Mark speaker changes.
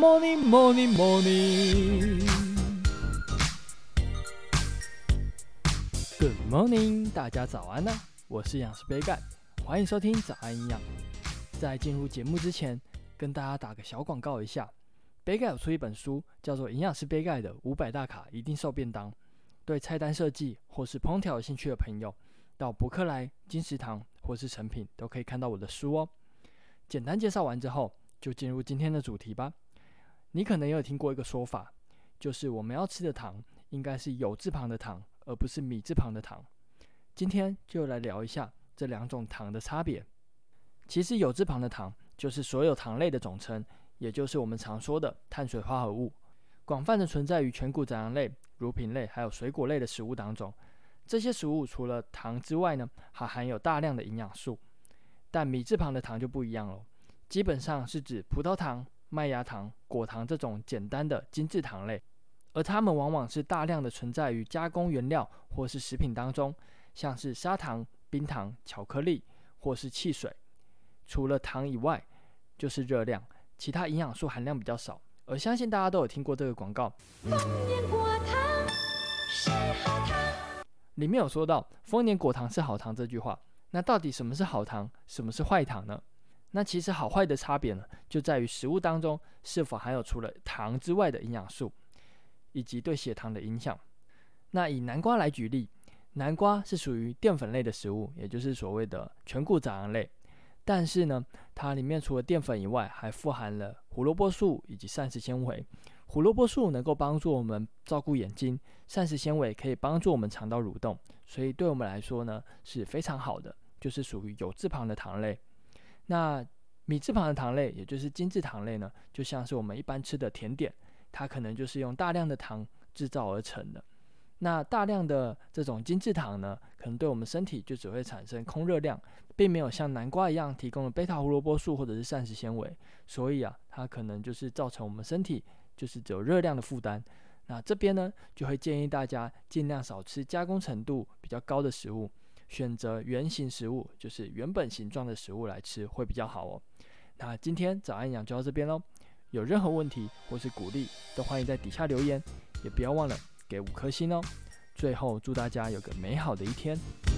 Speaker 1: morning, morning, morning. Good morning， 大家早安啊！我是营养师杯盖，欢迎收听早安营养。在进入节目之前，跟大家打个小广告一下，杯盖有出一本书，叫做《营养师杯盖的500大卡一定瘦便当》。对菜单设计或是烹调有兴趣的朋友，到博客来、金石堂或是成品都可以看到我的书哦。简单介绍完之后，就进入今天的主题吧。你可能也有听过一个说法，就是我们要吃的糖应该是酉字旁的糖，而不是米字旁的糖。今天就来聊一下这两种糖的差别。其实酉字旁的糖就是所有糖类的总称，也就是我们常说的碳水化合物，广泛的存在于全谷杂粮类、乳品类还有水果类的食物当中。这些食物除了糖之外呢，还含有大量的营养素。但米字旁的糖就不一样了，基本上是指葡萄糖、麦芽糖、果糖这种简单的精制糖类，而它们往往是大量的存在于加工原料或是食品当中，像是砂糖、冰糖、巧克力或是汽水。除了糖以外，就是热量，其他营养素含量比较少。而相信大家都有听过这个广告，
Speaker 2: 丰年果糖是好糖，
Speaker 1: 里面有说到丰年果糖是好糖这句话。那到底什么是好糖，什么是坏糖呢？那其实好坏的差别呢，就在于食物当中是否含有除了糖之外的营养素，以及对血糖的影响。那以南瓜来举例，南瓜是属于淀粉类的食物，也就是所谓的全谷杂粮类。但是呢，它里面除了淀粉以外，还富含了胡萝卜素以及膳食纤维。胡萝卜素能够帮助我们照顾眼睛，膳食纤维可以帮助我们肠道蠕动，所以对我们来说呢是非常好的，就是属于酉字旁的糖类。那米字旁的糖类，也就是精制糖类呢，就像是我们一般吃的甜点，它可能就是用大量的糖制造而成的。那大量的这种精制糖呢，可能对我们身体就只会产生空热量，并没有像南瓜一样提供了贝塔胡萝卜素或者是膳食纤维，所以它可能就是造成我们身体就是只有热量的负担。那这边呢，就会建议大家尽量少吃加工程度比较高的食物，选择原型食物，就是原本形状的食物来吃会比较好哦。那今天早安营养就到这边咯，有任何问题或是鼓励，都欢迎在底下留言，也不要忘了给5颗星哦。最后祝大家有个美好的一天。